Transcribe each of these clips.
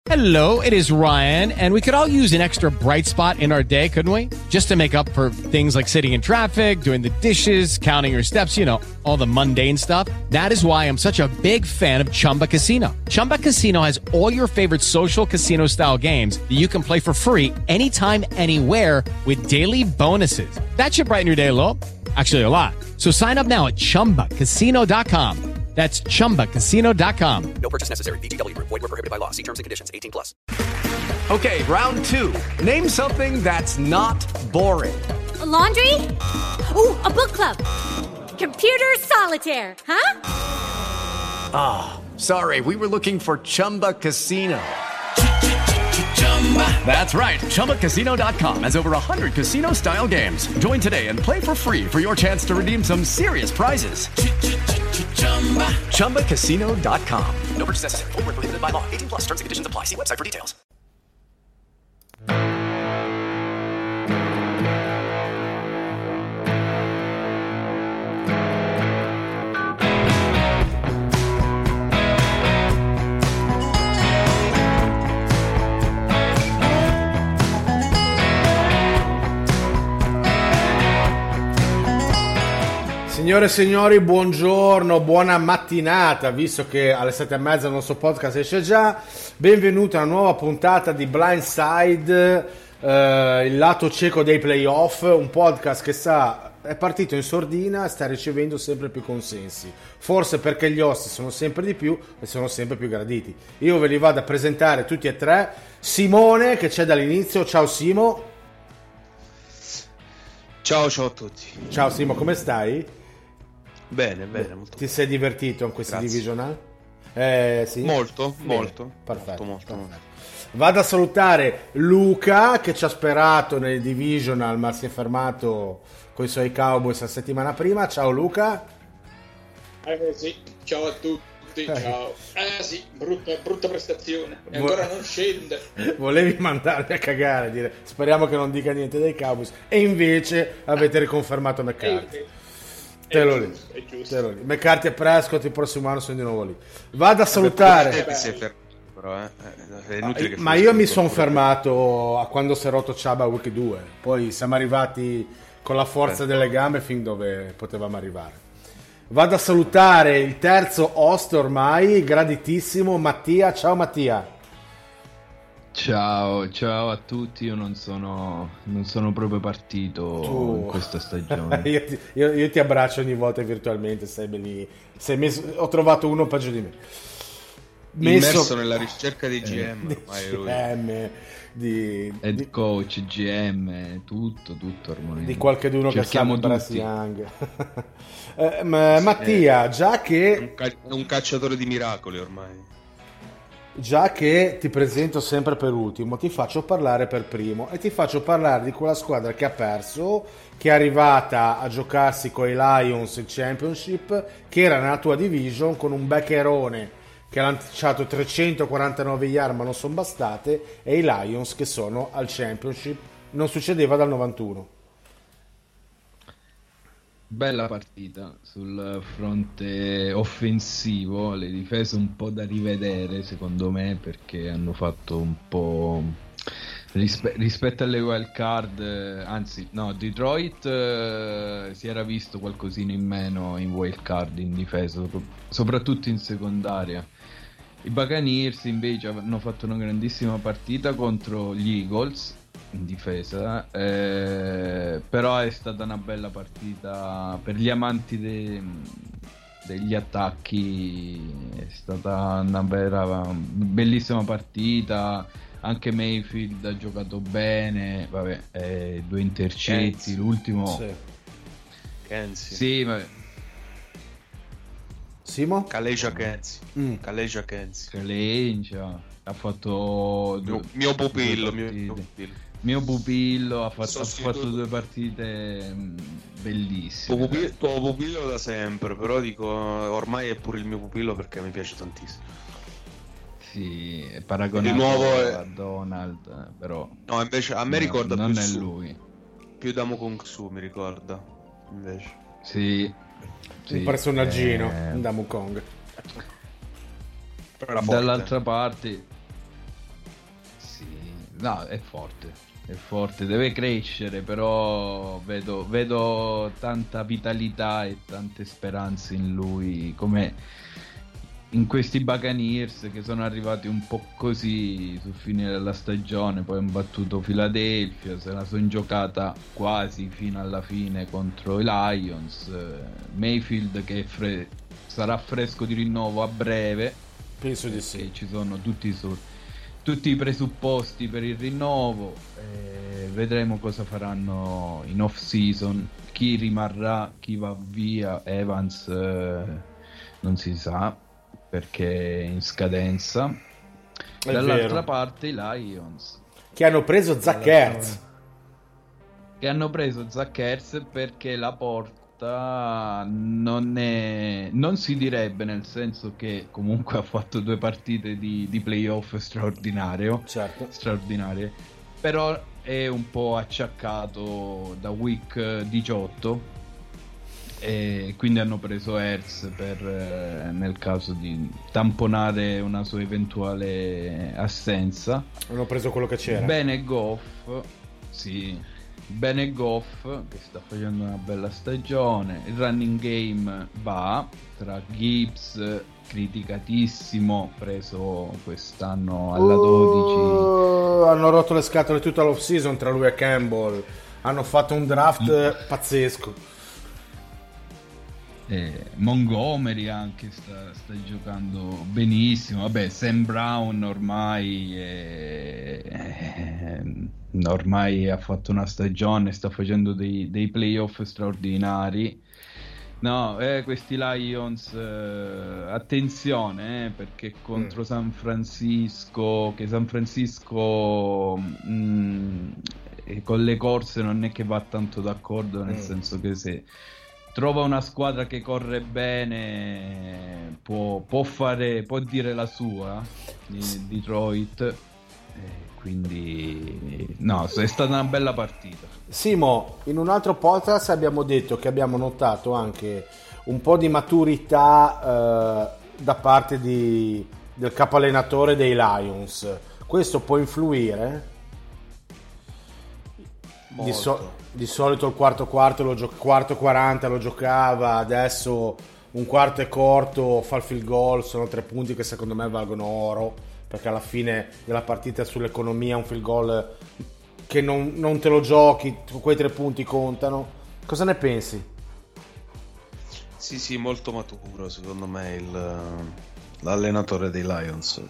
Hello, it is Ryan, and we could all use an extra bright spot in our day, couldn't we? Just to make up for things like sitting in traffic, doing the dishes, counting your steps, you know, all the mundane stuff. That is why I'm such a big fan of Chumba Casino. Chumba Casino has all your favorite social casino-style games that you can play for free anytime, anywhere with daily bonuses. That should brighten your day a little. Actually, a lot. So sign up now at ChumbaCasino.com. That's ChumbaCasino.com. No purchase necessary. VGW Group. Void where prohibited by law. See terms and conditions. 18+. Okay, round two. Name something that's not boring. A laundry? Ooh, a book club. Computer solitaire, huh? Ah, sorry. We were looking for Chumba Casino. That's right. ChumbaCasino.com has over 100 casino-style games. Join today and play for free for your chance to redeem some serious prizes. ChumbaCasino.com. No purchase necessary. Void where prohibited by law. 18+. Terms and conditions apply. See website for details. Signore e signori, buongiorno, buona mattinata, visto che alle 7:30 il nostro podcast esce già. Benvenuti a una nuova puntata di Blindside, il lato cieco dei playoff, un podcast che è partito in sordina e sta ricevendo sempre più consensi. Forse perché gli host sono sempre di più e sono sempre più graditi. Io ve li vado a presentare tutti e tre. Simone, che c'è dall'inizio. Ciao Simo. Ciao a tutti. Ciao Simo, come stai? Bene, molto. Ti sei divertito in questi Grazie. divisional? Sì? Molto. Perfetto. Molto. Vado a salutare Luca che ci ha sperato nei divisional ma si è fermato con i suoi Cowboys la settimana prima. Ciao Luca. Sì, ciao a tutti, ciao. Sì, brutta prestazione. E ancora non scende. Volevi mandarmi a cagare, dire speriamo che non dica niente dei Cowboys e invece avete riconfermato McCarthy. Te lo lì. McCarthy e Prescott il prossimo anno sono di nuovo lì. Vado a salutare. Ma io mi sono fermato a quando si è rotto Ciaba week 2. Poi siamo arrivati con la forza delle gambe fin dove potevamo arrivare. Vado a salutare il terzo host ormai, graditissimo Mattia. Ciao Mattia. Ciao a tutti, io non sono proprio partito in questa stagione. io ti abbraccio ogni volta virtualmente, ho trovato uno peggio di me. Immerso nella ricerca di GM, di head coach, GM, tutto ormai. Di qualcheduno che sa tutti. Young. Mattia, già che un cacciatore di miracoli ormai. Già che ti presento sempre per ultimo, ti faccio parlare per primo e ti faccio parlare di quella squadra che ha perso, che è arrivata a giocarsi con i Lions il Championship, che era nella tua division con un beccherone che ha lanciato 349 yard ma non sono bastate, e i Lions che sono al Championship. Non succedeva dal 91. Bella partita sul fronte offensivo, le difese un po' da rivedere secondo me, perché hanno fatto un po' rispetto alle wild card, anzi no, Detroit si era visto qualcosina in meno in wild card in difesa, soprattutto in secondaria. I Buccaneers invece hanno fatto una grandissima partita contro gli Eagles in difesa, però è stata una bella partita per gli amanti degli attacchi, è stata una bellissima partita. Anche Mayfield ha giocato bene, vabbè, 2 intercetti, l'ultimo Kenzie. Sì, vabbè. Simo? Kaleja Kenzie. Kaleja ha fatto mio pupillo. Mio pupillo ha fatto 2 partite bellissime. Tuo pupillo da sempre, però dico ormai è pure il mio pupillo perché mi piace tantissimo. Sì, è paragonato a Donald, però no, invece a me ricorda non più è lui. Più da Kung Su mi ricorda invece. Sì. Un personaggino da Mukong. Dall'altra parte no, è forte, deve crescere, però vedo tanta vitalità e tante speranze in lui, come in questi Buccaneers che sono arrivati un po' così sul fine della stagione, poi hanno battuto Philadelphia, se la sono giocata quasi fino alla fine contro i Lions. Mayfield che sarà fresco di rinnovo a breve, penso di sì, ci sono tutti i presupposti per il rinnovo. Vedremo cosa faranno in off season, chi rimarrà, chi va via. Evans non si sa perché è in scadenza. Dall'altra parte i Lions che hanno preso Zach Ertz perché la porta non si direbbe, nel senso che comunque ha fatto 2 partite di playoff straordinarie, però è un po' acciaccato da week 18 e quindi hanno preso Ertz nel caso di tamponare una sua eventuale assenza. Hanno preso quello che c'era. Bene Goff che sta facendo una bella stagione, il running game va tra Gibbs, criticatissimo, preso quest'anno alla 12. Hanno rotto le scatole tutta l'off season tra lui e Campbell, hanno fatto un draft pazzesco. Montgomery anche sta giocando benissimo. Vabbè, Sam Brown ormai ha fatto una stagione, sta facendo dei playoff straordinari. No, questi Lions, attenzione, perché contro San Francisco, che San Francisco con le corse non è che va tanto d'accordo, nel senso che se trova una squadra che corre bene può dire la sua, Detroit, quindi no, è stata una bella partita. Simo, in un altro podcast abbiamo detto che abbiamo notato anche un po' di maturità da parte del capo allenatore dei Lions. Questo può influire? Di solito il quarto 40 lo giocava, adesso un quarto è corto, fa il field goal, sono 3 punti che secondo me valgono oro, perché alla fine della partita sull'economia un field goal che non te lo giochi, quei 3 punti contano. Cosa ne pensi? Sì, molto maturo secondo me l'allenatore dei Lions.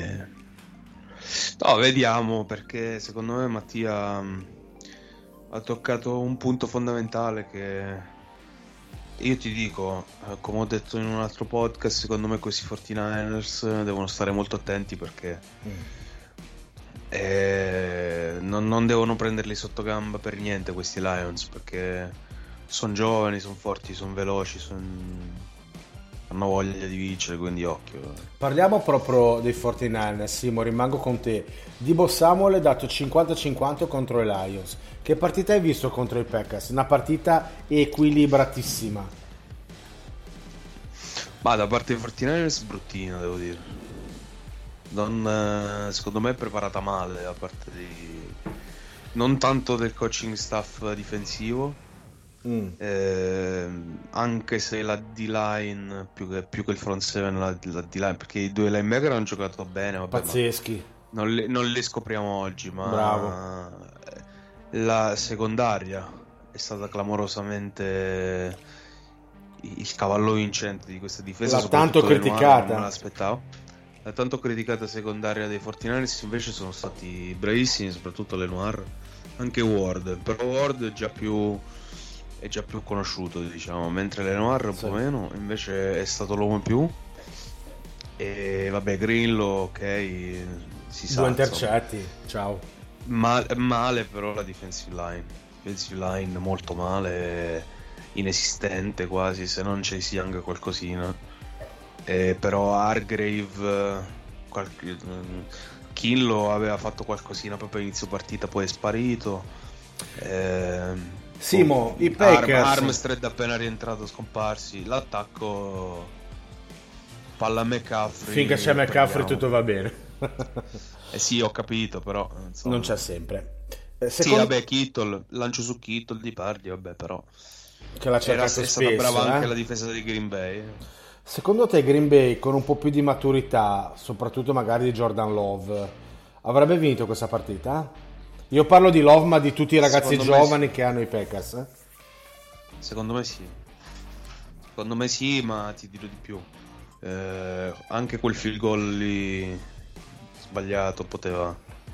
No, vediamo, perché secondo me Mattia ha toccato un punto fondamentale che io ti dico, come ho detto in un altro podcast, secondo me questi 49ers devono stare molto attenti, perché non devono prenderli sotto gamba per niente questi Lions, perché sono giovani, sono forti, sono veloci, hanno voglia di vincere, quindi occhio. Parliamo proprio dei 49ers, Simo, rimango con te. Deebo Samuel è dato 50-50 contro i Lions. Che partita hai visto contro i Packers? Una partita equilibratissima. Ma da parte dei 49ers bruttina, devo dire. Secondo me è preparata male da parte non tanto del coaching staff difensivo, anche se la D-line più che il front seven, la D-line, perché i 2 linebacker hanno giocato bene, vabbè, pazzeschi, non li scopriamo oggi, ma bravo. La secondaria è stata clamorosamente il cavallo vincente di questa difesa, la tanto criticata, non me l'aspettavo. La tanto criticata secondaria dei 49ers invece sono stati bravissimi, soprattutto Lenoir, anche Ward, però Ward è già più conosciuto, diciamo, mentre Lenoir un po' meno, invece è stato l'uomo in più. E vabbè, Greenlow, ok, si sa, 2 intercetti, ciao. Male però la defensive line molto male, inesistente quasi, se non c'è Young qualcosina. Però Hargrave, Kinlaw aveva fatto qualcosina proprio all'inizio partita, poi è sparito. Simo, i Packers, Armstead appena rientrato scomparsi. L'attacco palla a McCaffrey, finché c'è McCaffrey tutto va bene. Sì, ho capito, però insomma. Non c'è sempre. Sì, vabbè, Kittle, lancio su Kittle di Pardi, vabbè, però che l'ha cercato è stata brava spesso, anche la difesa di Green Bay. Secondo te Green Bay con un po' più di maturità, soprattutto magari di Jordan Love, avrebbe vinto questa partita? Io parlo di Love, ma di tutti i ragazzi giovani che hanno i Packers. Secondo me sì. Secondo me sì, ma ti dirò di più. Anche quel field goal lì sbagliato poteva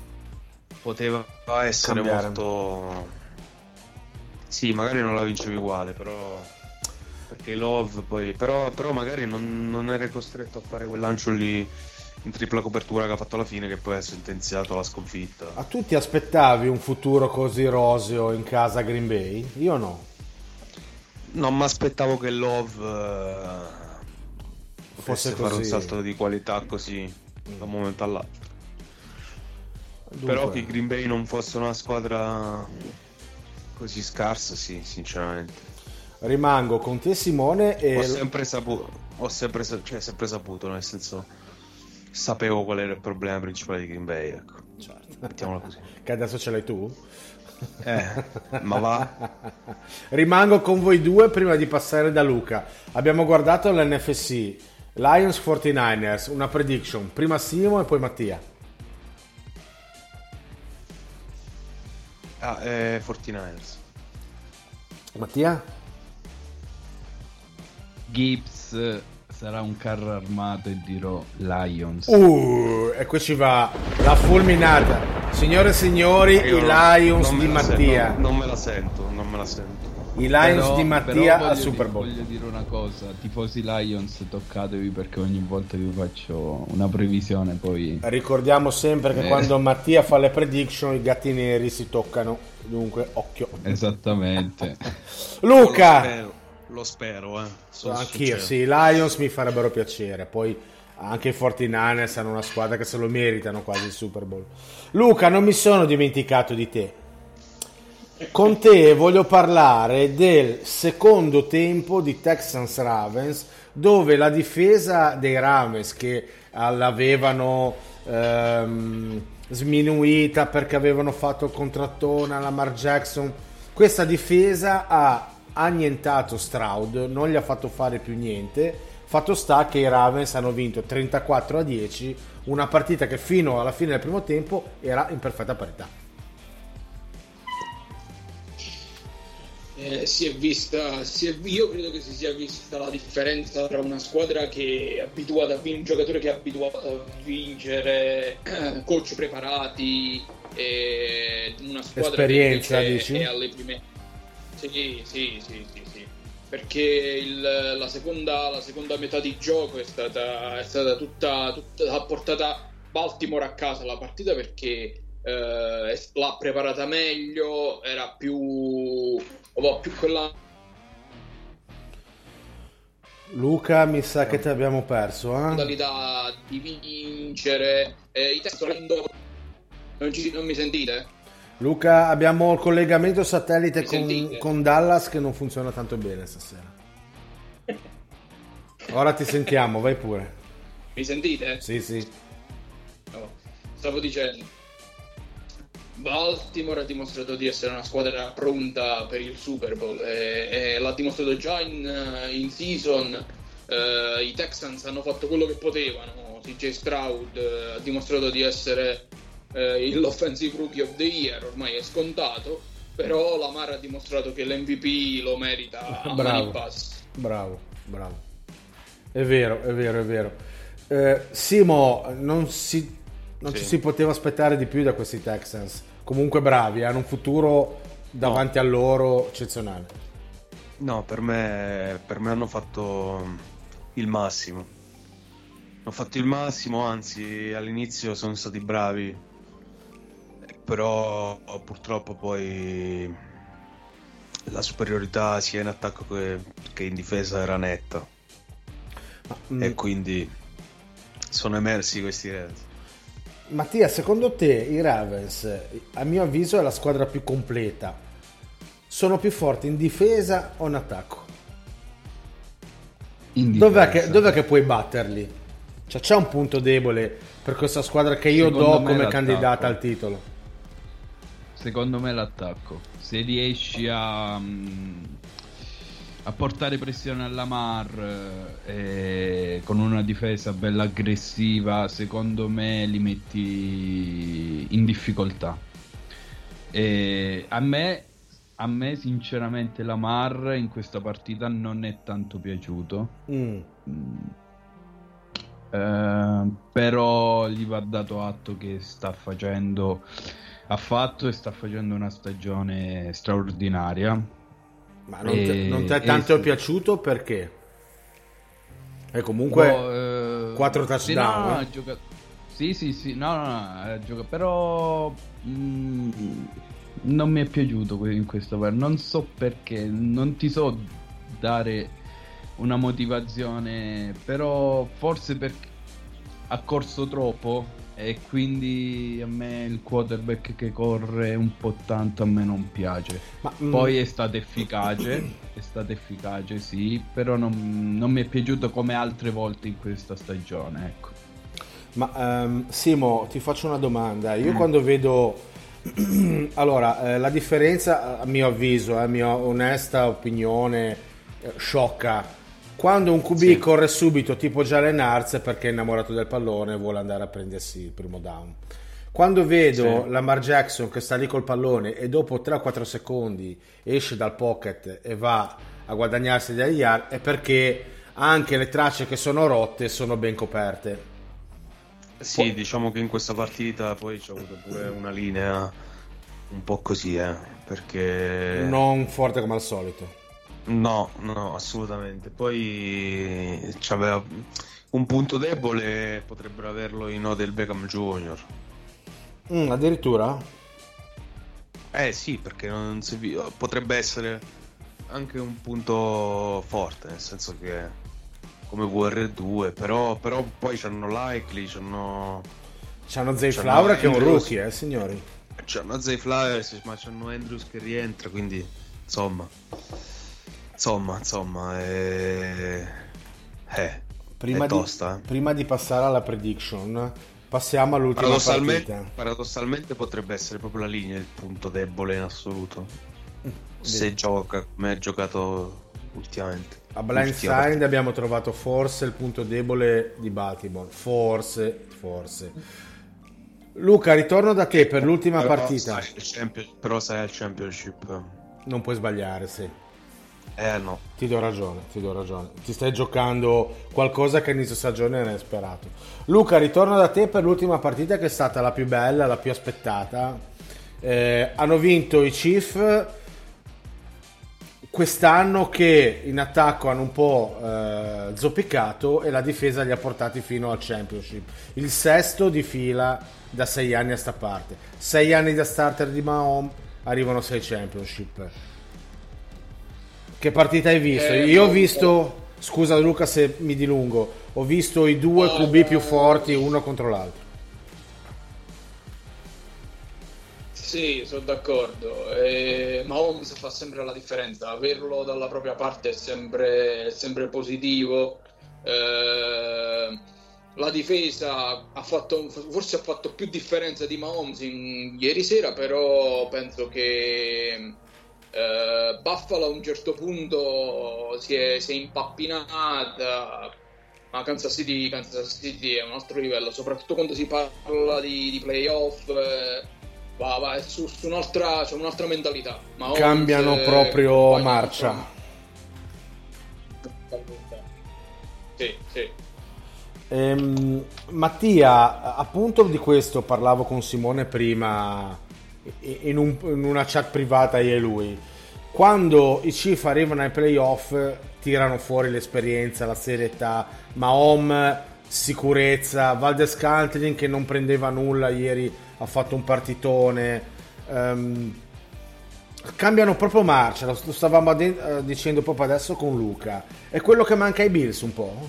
essere cambiare. molto. Sì, magari non la vincevi uguale, però perché Love poi però magari non eri costretto a fare quel lancio lì in tripla copertura che ha fatto alla fine, che poi ha sentenziato la sconfitta. A tu ti aspettavi un futuro così roseo in casa Green Bay? Io no. Non mi aspettavo che Love Fosse fare un così. salto di qualità così da un momento all'altro. Dunque, Però che i Green Bay non fosse una squadra così scarsa, sì, sinceramente. rimango con te Simone e Ho sempre saputo, nel senso, sapevo qual era il problema principale di Green Bay, ecco. Mettiamola così. che adesso ce l'hai tu? Ma va. Rimango con voi due prima di passare da Luca. Abbiamo guardato l'NFC Lions 49ers, una prediction, prima Simo e poi Mattia. 49ers. Mattia? Gibbs sarà un carro armato e dirò Lions. E qui ci va la fulminata. Signore e signori, Io i Lions non me di la Mattia. non me la sento. I Lions di Però Mattia voglio al Super Bowl. Voglio dire una cosa, tifosi Lions, toccatevi perché ogni volta vi faccio una previsione, poi Ricordiamo sempre che quando Mattia fa le prediction i gatti neri si toccano, dunque occhio. esattamente. Luca! Lo spero. Anch'io, sì, i Lions mi farebbero piacere, poi anche i 49ers hanno una squadra che se lo meritano quasi il Super Bowl. Luca, non mi sono dimenticato di te. Con te voglio parlare del secondo tempo di Texans-Ravens, dove la difesa dei Ravens, che l'avevano sminuita perché avevano fatto il contrattone a Lamar Jackson, questa difesa ha annientato Stroud, non gli ha fatto fare più niente. Fatto sta che i Ravens hanno vinto 34-10, una partita che fino alla fine del primo tempo era in perfetta parità. Si è vista, io credo che si sia vista la differenza tra una squadra che è abituata a vincere, un giocatore che è abituato a vincere, coach preparati, e una squadra esperienza, che dici? è alle prime. Sì. Perché la seconda metà di gioco è stata tutta ha portata Baltimore a casa la partita, perché l'ha preparata meglio, era più quella. Luca, mi sa che ti abbiamo perso, modalità di vincere. I test non mi sentite? Luca, abbiamo il collegamento satellite Mi sentite? con Dallas che non funziona tanto bene stasera. Ora ti sentiamo, vai pure. Mi sentite? Sì. No. Stavo dicendo, Baltimore ha dimostrato di essere una squadra pronta per il Super Bowl e l'ha dimostrato già in season. I Texans hanno fatto quello che potevano. CJ Stroud ha dimostrato di essere l'offensive rookie of the year, ormai è scontato, però Lamar ha dimostrato che l'MVP lo merita a mani basse. Bravo. È vero. Simo, non ci si poteva aspettare di più da questi Texans. Comunque bravi, hanno un futuro davanti a loro eccezionale. No, per me hanno fatto il massimo. Anzi, all'inizio sono stati bravi, però purtroppo poi la superiorità sia in attacco che in difesa era netta. E quindi sono emersi questi Reds. Mattia, secondo te i Ravens, a mio avviso, è la squadra più completa? Sono più forti in difesa o in attacco? In Dov'è difesa. che puoi batterli? Cioè, c'è un punto debole per questa squadra che io Secondo do me come l'attacco. candidata al titolo. Secondo me l'attacco. Se riesci a portare pressione alla Mar con una difesa bella aggressiva, secondo me li metti in difficoltà. A me sinceramente la Mar in questa partita non è tanto piaciuto. Però gli va dato atto che sta facendo una stagione straordinaria. Ma non ti è tanto piaciuto perché? E comunque 4 touchdown. Però non mi è piaciuto in questo per. Non so perché, non ti so dare una motivazione, però forse perché ha corso troppo e quindi a me il quarterback che corre un po' tanto a me non piace. Poi è stato efficace sì, però non mi è piaciuto come altre volte in questa stagione, ecco. Ma Simo, ti faccio una domanda. Io quando vedo allora la differenza, a mio avviso, mia onesta opinione, sciocca, quando un QB corre subito tipo Jalen Hurts perché è innamorato del pallone e vuole andare a prendersi il primo down. Quando vedo Lamar Jackson che sta lì col pallone e dopo 3-4 secondi esce dal pocket e va a guadagnarsi degli yard, è perché anche le tracce che sono rotte sono ben coperte. Sì, diciamo che in questa partita poi c'è avuto pure una linea un po' così, perché non forte come al solito. No, assolutamente. Poi c'aveva un punto debole, potrebbero averlo in Odell Beckham Jr. Addirittura? Sì, perché non si potrebbe essere anche un punto forte, nel senso che come VR2, però poi c'hanno Likely, c'hanno Zay Flower che è un rookie, signori. C'hanno Zay Flower, ma c'hanno Andrews che rientra, quindi insomma prima è tosta. Prima di passare alla prediction, passiamo all'ultima partita. Paradossalmente potrebbe essere proprio la linea il punto debole in assoluto, se gioca come ha giocato ultimamente. A Blindside abbiamo trovato forse il punto debole di Baltimore, forse. Luca, ritorno da te per l'ultima partita. Però sai al Championship non puoi sbagliare, sì. No. Ti do ragione. Ti stai giocando qualcosa che inizio stagione non hai sperato. Luca, ritorno da te per l'ultima partita che è stata la più bella, la più aspettata. Hanno vinto i Chiefs quest'anno, che in attacco hanno un po' zoppicato e la difesa li ha portati fino al Championship. Il 6º di fila da 6 anni a sta parte. 6 anni da starter di Mahomes, arrivano 6 Championship. Che partita hai visto? Io ho visto, scusa Luca se mi dilungo, ho visto i due QB più forti uno contro l'altro. Sì, sono d'accordo. Mahomes fa sempre la differenza, averlo dalla propria parte è sempre positivo. La difesa forse ha fatto più differenza di Mahomes ieri sera, però penso che Buffalo a un certo punto si è impappinata, ma Kansas City è un altro livello, soprattutto quando si parla di playoff. Va su un'altra mentalità. Mahomes, cambiano proprio marcia. Sì. Mattia, appunto di questo parlavo con Simone prima in una chat privata, io e lui. Quando i Chiefs arrivano ai playoff tirano fuori l'esperienza, la serietà, Mahomes, sicurezza, Valdes-Scantling che non prendeva nulla ieri, ha fatto un partitone. Cambiano proprio marcia, lo stavamo dicendo proprio adesso con Luca. È quello che manca ai Bills un po'?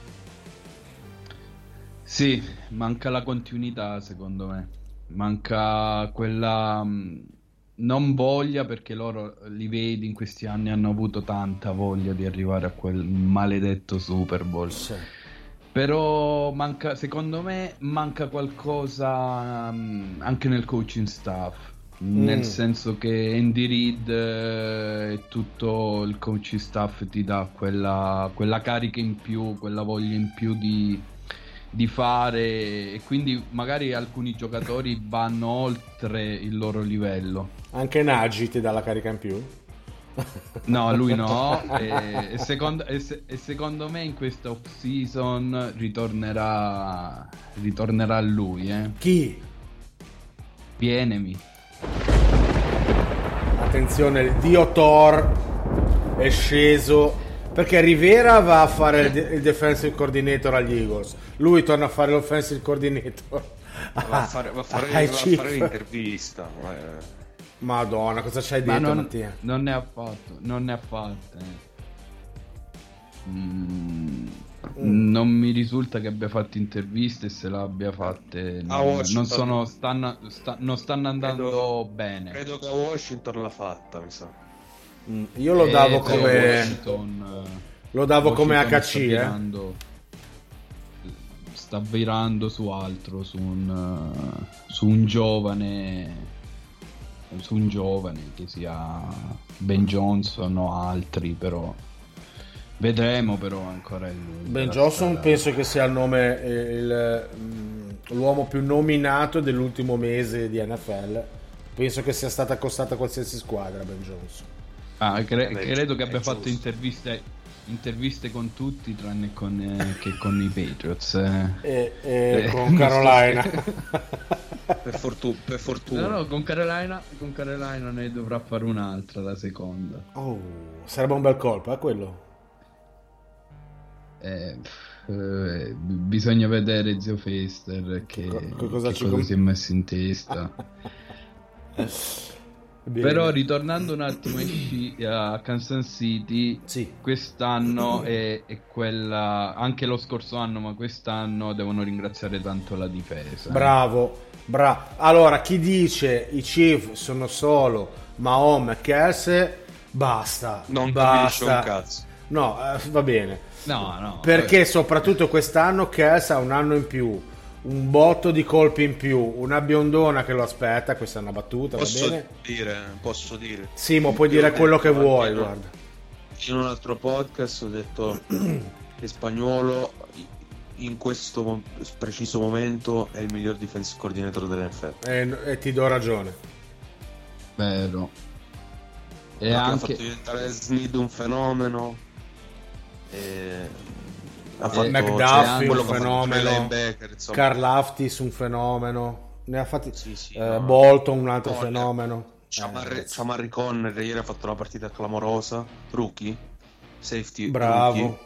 Sì, manca la continuità, secondo me. Manca quella non voglia, perché loro li vedi in questi anni hanno avuto tanta voglia di arrivare a quel maledetto Super Bowl. Sì. Però secondo me manca qualcosa anche nel coaching staff, nel senso che Andy Reid e tutto il coaching staff ti dà quella carica in più, quella voglia in più di fare, e quindi magari alcuni giocatori vanno oltre il loro livello. Anche Nagy ti dà la carica in più? No, lui no. E secondo me in questa off season ritornerà lui. Chi? Vienemi. Attenzione, il dio Thor è sceso perché Rivera va a fare il defensive coordinator agli Eagles, lui torna a fare l'offensive coordinator. Va a fare l'intervista. Madonna, cosa c'hai detto, Mattia? Non ne ha fatte. Non mi risulta che abbia fatto interviste, se l'abbia fatte non stanno andando bene. Credo che a Washington l'ha fatta, mi sa. Io lo davo come Washington HC, sta virando su altro, su un giovane che sia Ben Johnson o altri, però vedremo. Però ancora è lui. Ben Johnson penso che sia il nome, l'uomo più nominato dell'ultimo mese di NFL. Penso che sia stata accostata a qualsiasi squadra Ben Johnson. Credo che abbia fatto interviste con tutti tranne che con i Patriots e con Carolina. Per fortuna. No, con Carolina ne dovrà fare un'altra, la seconda. Oh, sarebbe un bel colpo, quello. Bisogna vedere zio Fester che cosa si è messo in testa. Però ritornando un attimo a Kansas City, sì. Quest'anno è quella, anche lo scorso anno, ma quest'anno devono ringraziare tanto la difesa. Bravo. Allora, chi dice i Chiefs sono solo Mahomes e Kelsey, basta. Non capisce un cazzo. No, va bene. No. Perché soprattutto quest'anno Kelsey ha un anno in più, un botto di colpi in più, una biondona che lo aspetta. Questa è una battuta, posso va bene? Posso dire. Sì, ma puoi dire quello che vuoi, guarda. In un altro podcast ho detto che Spagnuolo in questo preciso momento è il miglior defensive coordinator dell'NFL. E ti do ragione. Vero. E ha anche fatto diventare Snead un fenomeno. Ha fatto McDuffie un fenomeno, Karl Aftis un fenomeno, ne ha fatti no. Bolton un altro fenomeno. Chamari Conner ieri ha fatto una partita clamorosa, rookie safety, bravo rookie.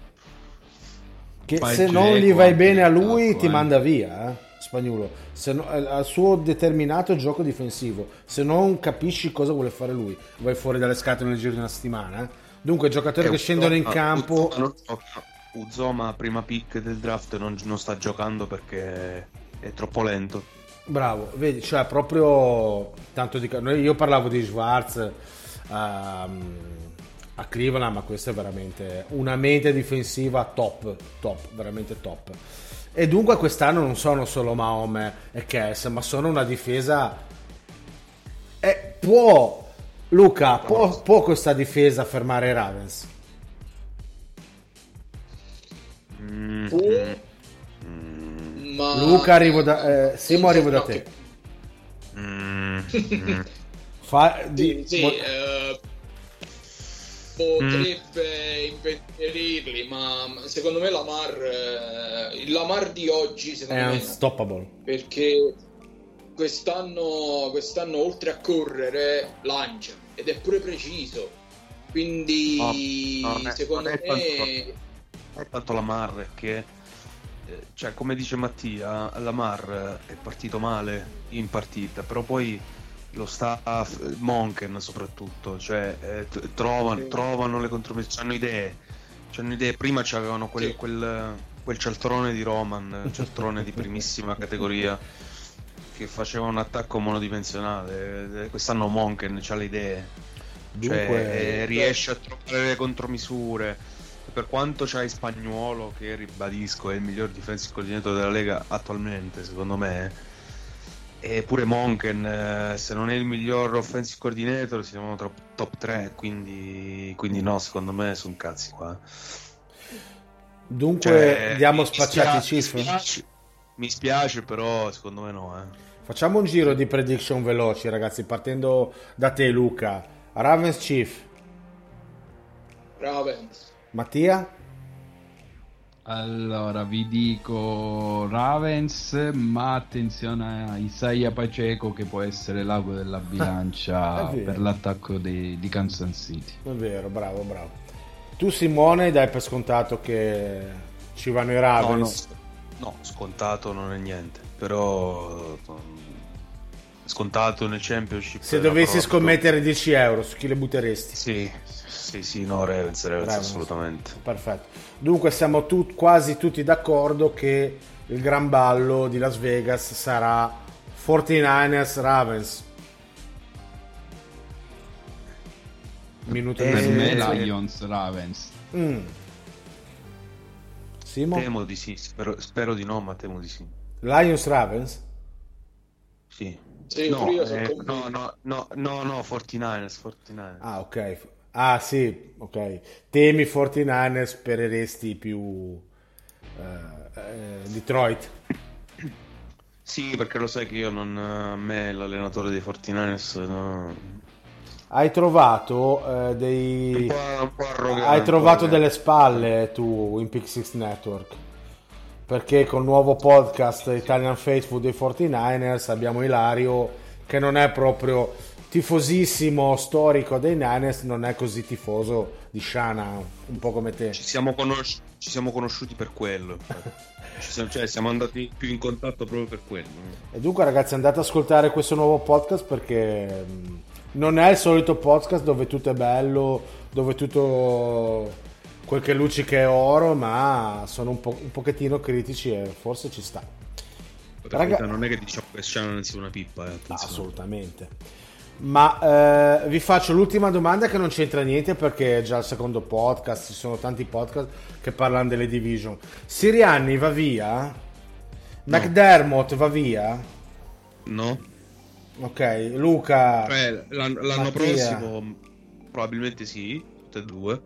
Che se non gli vai bene a lui ti manda via, Spagnuolo, se no, al suo determinato gioco difensivo, se non capisci cosa vuole fare lui vai fuori dalle scatole nel giro di una settimana. Dunque giocatori che scendono in campo. Uzoma prima pick del draft non sta giocando perché è troppo lento. Bravo, vedi, cioè proprio tanto di io parlavo di Schwartz a Cleveland, ma questa è veramente una mente difensiva top, veramente top. E dunque quest'anno non sono solo Mahomes e Kels, ma sono una difesa. Può questa difesa fermare i Ravens? Ma Luca, arrivo da Simo, arrivo da te. Potrebbe impedire, ma secondo me il Lamar di oggi secondo me è unstoppable, perché quest'anno oltre a correre lancia ed è pure preciso, quindi secondo me è tanto Lamar che cioè, come dice Mattia, Lamar è partito male in partita, però poi lo staff, Monken soprattutto, cioè trovano le contromissioni, hanno idee. Prima c'avevano quel cialtrone di Roman, cialtrone di primissima categoria che faceva un attacco monodimensionale. Quest'anno Monken c'ha le idee, cioè riesce a trovare le contromisure. per quanto c'hai Spagnuolo, che ribadisco è il miglior defensive coordinator della Lega attualmente, secondo me, e pure Monken, se non è il miglior offensive coordinator siamo top 3, quindi no, secondo me sono cazzi qua. Dunque diamo spacciati Chief. Mi spiace, però secondo me no. Facciamo un giro di prediction veloci, ragazzi, partendo da te, Luca. Ravens Chief. Ravens. Mattia? Allora, vi dico Ravens, ma attenzione a Isaiah Pacheco, che può essere l'ago della bilancia per l'attacco di Kansas City. È vero, bravo. Tu, Simone, dai per scontato che ci vanno i Ravens? No, scontato non è niente, però scontato nel Championship. Se dovessi scommettere 10 euro, su chi le butteresti? Sì, no, Ravens assolutamente. Perfetto. Dunque siamo quasi tutti d'accordo che il gran ballo di Las Vegas sarà 49ers Ravens. Minuto per me Lions Ravens. Simo? Temo di sì, spero di no, ma temo di sì. Lions Ravens? Sì. No, io no, 49ers. Ah, ok. Ah, sì, ok. Temi 49ers, spereresti più Detroit. Sì, perché lo sai che io a me l'allenatore dei 49ers no. Hai trovato un po' arrogante. Hai trovato delle spalle tu in Pick Six Network, perché col nuovo podcast Italian Faithful dei 49ers abbiamo Ilario, che non è proprio tifosissimo storico dei Niners, non è così tifoso di Shanahan, un po' come te. Ci siamo conosciuti per quello. Siamo andati più in contatto proprio per quello. E dunque, ragazzi, andate ad ascoltare questo nuovo podcast, perché non è il solito podcast dove tutto è bello, dove tutto quel che luccica è oro, ma sono un pochettino critici e forse ci sta. Non è che diciamo che Shanahan sia una pippa, assolutamente. Ma vi faccio l'ultima domanda, che non c'entra niente perché è già il secondo podcast, ci sono tanti podcast che parlano delle division. Sirianni va via? No. McDermott va via? No. Ok, Luca. L'anno prossimo probabilmente sì, tutte e due.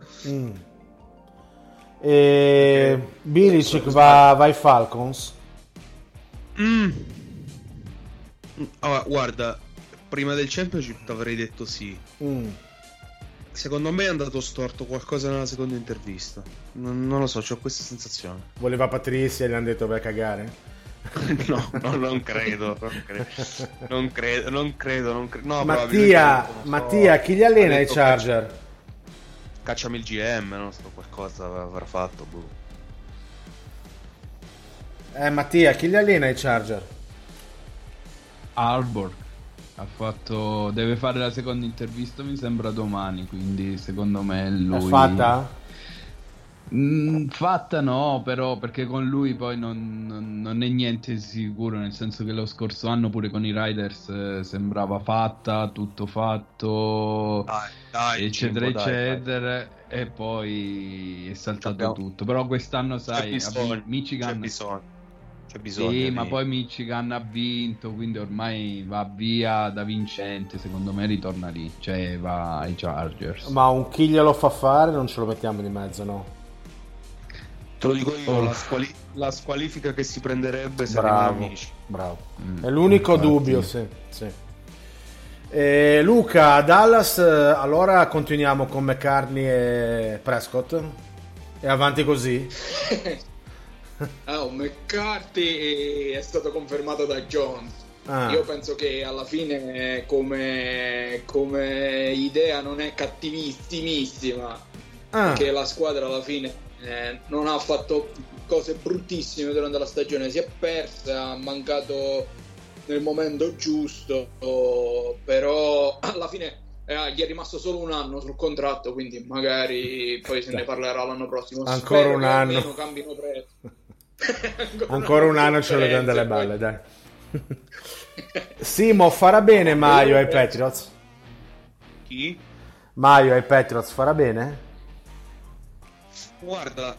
E Belichick va ai Falcons? Guarda, prima del Championship avrei detto sì. Secondo me è andato storto qualcosa nella seconda intervista. Non lo so, ho questa sensazione. Voleva Patrizia e gli hanno detto vai a cagare? No, non credo. Non credo. No, Mattia, chi li allena i Charger? Cacciami il GM, non so, qualcosa avrà fatto. Mattia, chi li allena i Charger? Arbor. Deve fare la seconda intervista, mi sembra domani, quindi secondo me lui... È fatta? Fatta no, però perché con lui poi non è niente sicuro, nel senso che lo scorso anno pure con i Riders sembrava fatta, tutto fatto, dai, eccetera Jimbo, eccetera, e poi è saltato tutto. Però quest'anno sai, Michigan c'è bisogno sì, ma poi Michigan ha vinto, quindi ormai va via da vincente, secondo me ritorna lì, cioè va ai Chargers. Ma un chi glielo fa fare non ce lo mettiamo di mezzo, no? Te lo dico io, la squalifica che si prenderebbe se bravo. È l'unico dubbio, sì. Luca, Dallas, allora continuiamo con McCartney e Prescott e avanti così. McCarthy è stato confermato da Jones. Io penso che alla fine come idea non è cattivissimissima, che la squadra alla fine non ha fatto cose bruttissime durante la stagione, si è persa, ha mancato nel momento giusto, però alla fine gli è rimasto solo un anno sul contratto, quindi magari poi se ne parlerà l'anno prossimo. Ancora un anno, almeno cambino prezzo. Ancora un anno ce lo danno delle balle, dai. Simo, farà bene Maio ai Patriots? Chi? Maio ai Patriots farà bene? Guarda,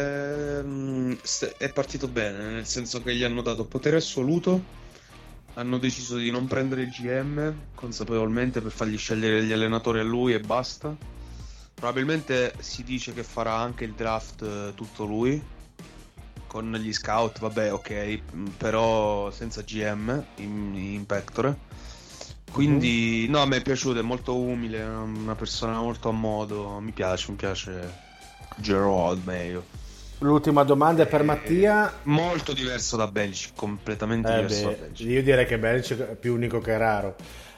è partito bene, nel senso che gli hanno dato potere assoluto, hanno deciso di non prendere il GM consapevolmente per fargli scegliere gli allenatori a lui e basta. Probabilmente si dice che farà anche il draft tutto lui, con gli scout, vabbè, ok, però senza GM in pectore. Quindi, no, a me è piaciuto, è molto umile, è una persona molto a modo, mi piace Gerald meglio. L'ultima domanda è per Mattia. Molto diverso da Belichick, completamente diverso da Belichick. Io direi che Belichick è più unico che raro.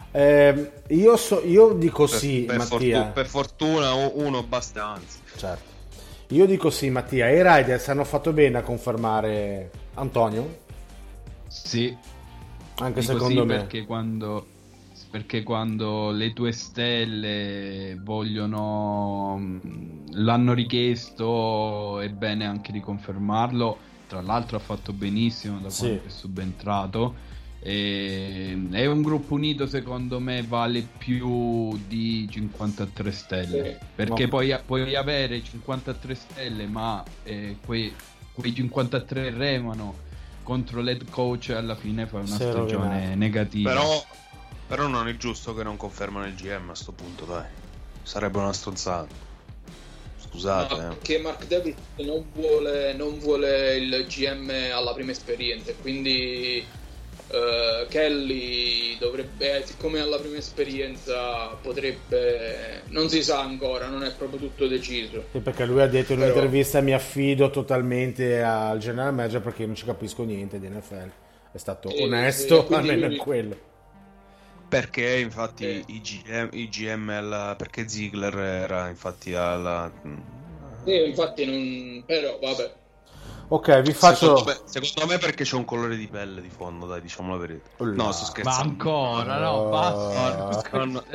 Io dico sì, Mattia. Per fortuna uno basta, anzi. Certo. Io dico sì, Mattia. I Raiders hanno fatto bene a confermare Antonio? Sì. Anche dico secondo sì, me. Perché quando le tue stelle l'hanno richiesto, è bene anche di confermarlo. Tra l'altro ha fatto benissimo da quando è subentrato. È un gruppo unito, secondo me vale più di 53 stelle, perché puoi avere 53 stelle ma quei 53 remano contro l'head coach e alla fine fai una stagione negativa. Però non è giusto che non confermano il GM a sto punto, dai. Sarebbe una stronzata. Scusate. No, perché Mark Davis non vuole il GM alla prima esperienza, quindi Kelly dovrebbe, siccome alla prima esperienza potrebbe, non si sa ancora, non è proprio tutto deciso. Sì, perché lui ha detto in un'intervista: mi affido totalmente al general manager perché non ci capisco niente di NFL. È stato onesto, almeno in quello. Perché infatti i GM perché Ziegler era infatti alla infatti non, però vabbè. Ok, vi faccio secondo me perché c'è un colore di pelle di fondo, dai, diciamo la verità. No, sto scherzando. Ma ancora, no, basta.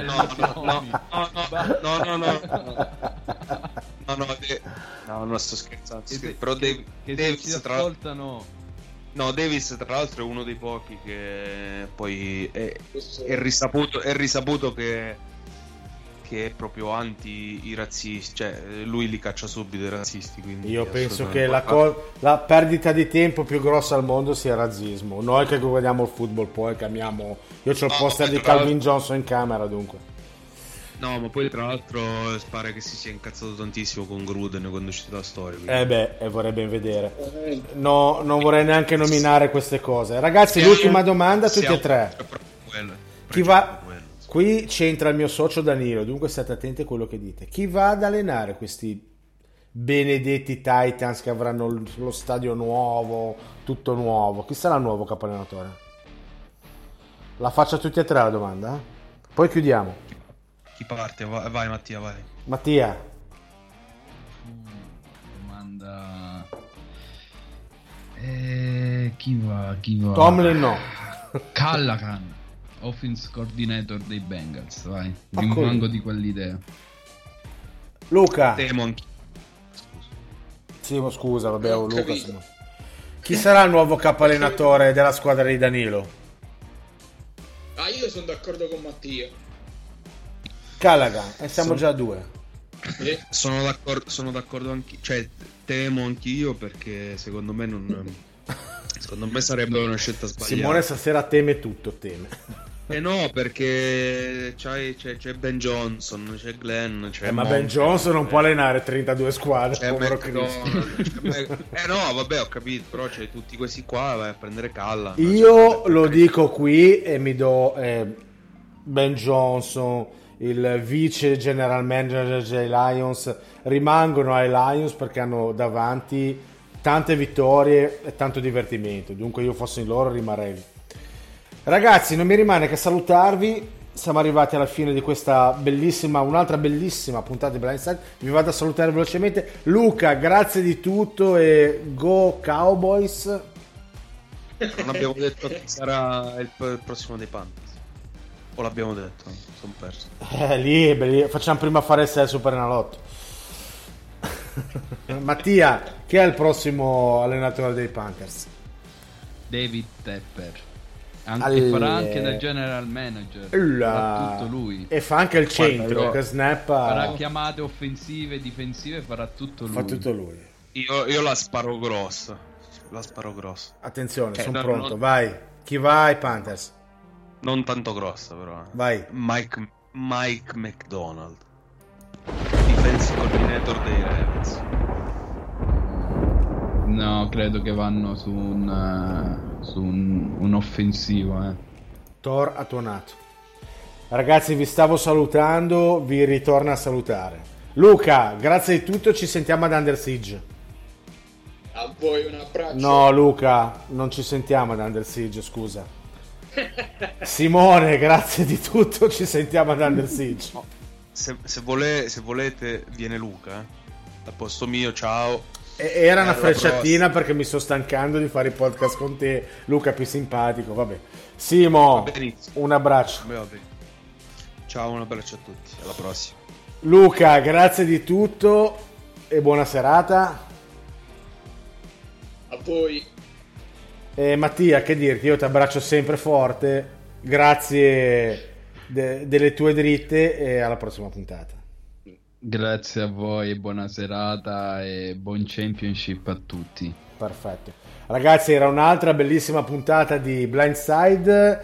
No, sto scherzando. Però Davis si ascoltano. No, Davis tra l'altro è uno dei pochi che poi è risaputo che è proprio anti i razzisti, cioè lui li caccia subito i razzisti, quindi io penso che la perdita di tempo più grossa al mondo sia il razzismo. Noi che guardiamo il football poi cambiamo. Io c'ho il poster di Calvin Johnson in camera, dunque. No, ma poi tra l'altro pare che si sia incazzato tantissimo con Gruden quando è uscita la storia. Quindi. Vorrei ben vedere. No, non vorrei neanche nominare queste cose. Ragazzi, l'ultima domanda, tutti e tre. Chi va? Qui c'entra il mio socio Danilo, dunque state attenti a quello che dite. Chi va ad allenare questi benedetti Titans che avranno lo stadio nuovo, tutto nuovo? Chi sarà il nuovo capo allenatore? La faccio a tutti e tre la domanda, poi chiudiamo. Chi parte? Vai Mattia, vai. Mattia. Domanda. Chi va? Tomlin no. Callahan, offense coordinator dei Bengals, vai. Rimango di quell'idea. Luca. Temo anche. Sì, ma scusa, vabbè, Luca. Chi sarà il nuovo capo allenatore della squadra di Danilo? Io sono d'accordo con Mattia. Callaghan, e siamo già a due. Sono d'accordo anch'io, cioè temo anch'io perché secondo me sarebbe una scelta sbagliata. Simone stasera teme tutto, teme. No, perché c'è Ben Johnson, c'è Glenn, c'è ma Ben Johnson non può allenare 32 squadre, povero Cristo. No, vabbè, ho capito, però c'è tutti questi qua, vai a prendere Calla. Io lo dico qui e mi do Ben Johnson, il vice general manager dei Lions, rimangono ai Lions perché hanno davanti tante vittorie e tanto divertimento, dunque io fossi in loro rimarrei. Ragazzi, non mi rimane che salutarvi, siamo arrivati alla fine di questa un'altra bellissima puntata di Blindside. Vi vado a salutare velocemente. Luca, grazie di tutto e go Cowboys. Non abbiamo detto che sarà il prossimo dei Panthers. O l'abbiamo detto? Sono perso. Lì facciamo prima fare il Super Enalotto. Mattia, chi è il prossimo allenatore dei Panthers? David Tepper. E farà anche da general manager. Farà tutto lui. E fa anche il centro, Guarda, che snappa. Farà chiamate offensive, difensive, farà tutto lui. Fa tutto lui. Io la sparo grossa. Attenzione, sono pronto. Vai. Chi vai, Panthers? Non tanto grossa, però. Vai. Mike McDonald, defensive coordinator dei Ravens. No, credo che vanno su un offensivo. Thor ha tuonato. Ragazzi, vi stavo salutando, vi ritorno a salutare. Luca, grazie di tutto, ci sentiamo ad Under Siege. A voi un abbraccio. No, Luca, non ci sentiamo ad Under Siege, scusa. Simone, grazie di tutto, ci sentiamo ad Under Siege. Se volete, viene Luca. Al posto mio, ciao. Era una frecciatina perché mi sto stancando di fare i podcast con te. Luca, più simpatico, vabbè. Simo, un abbraccio. Vabbè. Ciao, un abbraccio a tutti, alla prossima. Luca, grazie di tutto e buona serata. A voi. E Mattia, che dirti, io ti abbraccio sempre forte, grazie delle tue dritte e alla prossima puntata. Grazie a voi, buona serata e buon championship a tutti. Perfetto. Ragazzi, era un'altra bellissima puntata di Blindside.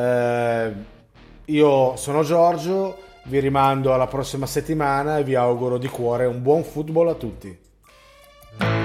Io sono Giorgio, vi rimando alla prossima settimana e vi auguro di cuore un buon football a tutti.